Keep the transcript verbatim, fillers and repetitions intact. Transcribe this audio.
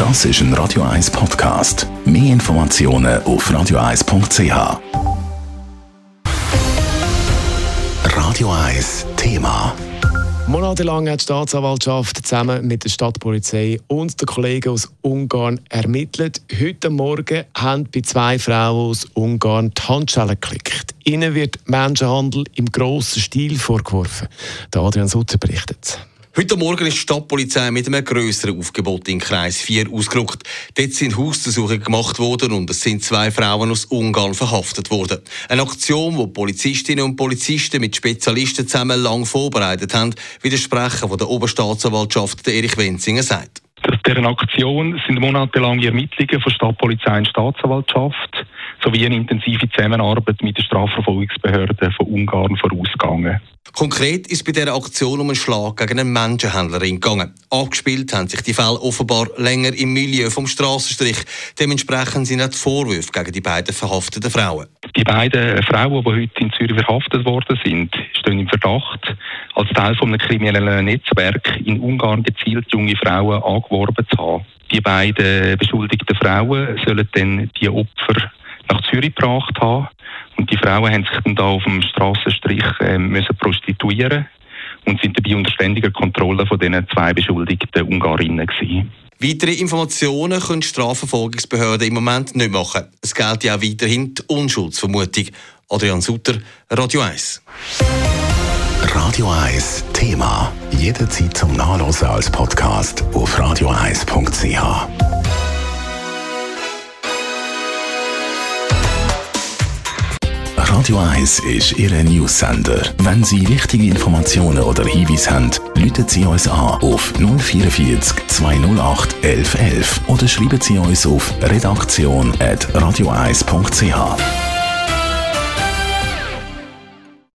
Das ist ein Radio eins Podcast. Mehr Informationen auf radio eins punkt c h. Radio eins Thema. Monatelang hat die Staatsanwaltschaft zusammen mit der Stadtpolizei und den Kollegen aus Ungarn ermittelt. Heute Morgen haben bei zwei Frauen aus Ungarn die Handschellen geklickt. Ihnen wird Menschenhandel im grossen Stil vorgeworfen. Der Adrian Sutter berichtet. Heute Morgen ist die Stadtpolizei mit einem grösseren Aufgebot in Kreis vier ausgerückt. Dort sind Hausdurchsuchungen gemacht worden und es sind zwei Frauen aus Ungarn verhaftet worden. Eine Aktion, die Polizistinnen und Polizisten mit Spezialisten zusammen lang vorbereitet haben, wie der Sprecher von der Oberstaatsanwaltschaft, Erich Wenzinger, sagt. Aus dieser Aktion sind monatelange Ermittlungen von Stadtpolizei und Staatsanwaltschaft sowie eine intensive Zusammenarbeit mit den Strafverfolgungsbehörden von Ungarn vorausgegangen. Konkret ist bei dieser Aktion um einen Schlag gegen einen Menschenhändlerin gegangen. Angespielt haben sich die Fälle offenbar länger im Milieu vom Strassenstrich. Dementsprechend sind auch die Vorwürfe gegen die beiden verhafteten Frauen. Die beiden Frauen, die heute in Zürich verhaftet worden sind, stehen im Verdacht, als Teil eines kriminellen Netzwerks in Ungarn gezielt junge Frauen angeworben zu haben. Die beiden beschuldigten Frauen sollen dann die Opfer nach Zürich gebracht haben. Und die Frauen haben sich dann da auf dem Strassenstrich äh, müssen prostituieren und sind dabei unter ständiger Kontrolle von diesen zwei beschuldigten Ungarinnen gewesen. Weitere Informationen können die Strafverfolgungsbehörden im Moment nicht machen. Es gilt ja auch weiterhin die Unschuldsvermutung. Adrian Sutter, Radio eins. Radio eins Thema. Jederzeit zum Nachlesen als Podcast auf radio eins punkt c h. Radio eins ist Ihr News-Sender. Wenn Sie wichtige Informationen oder Hinweise haben, rufen Sie uns an auf null vierundvierzig zweihundertacht elf elf oder schreiben Sie uns auf redaktion at radio eins punkt c h.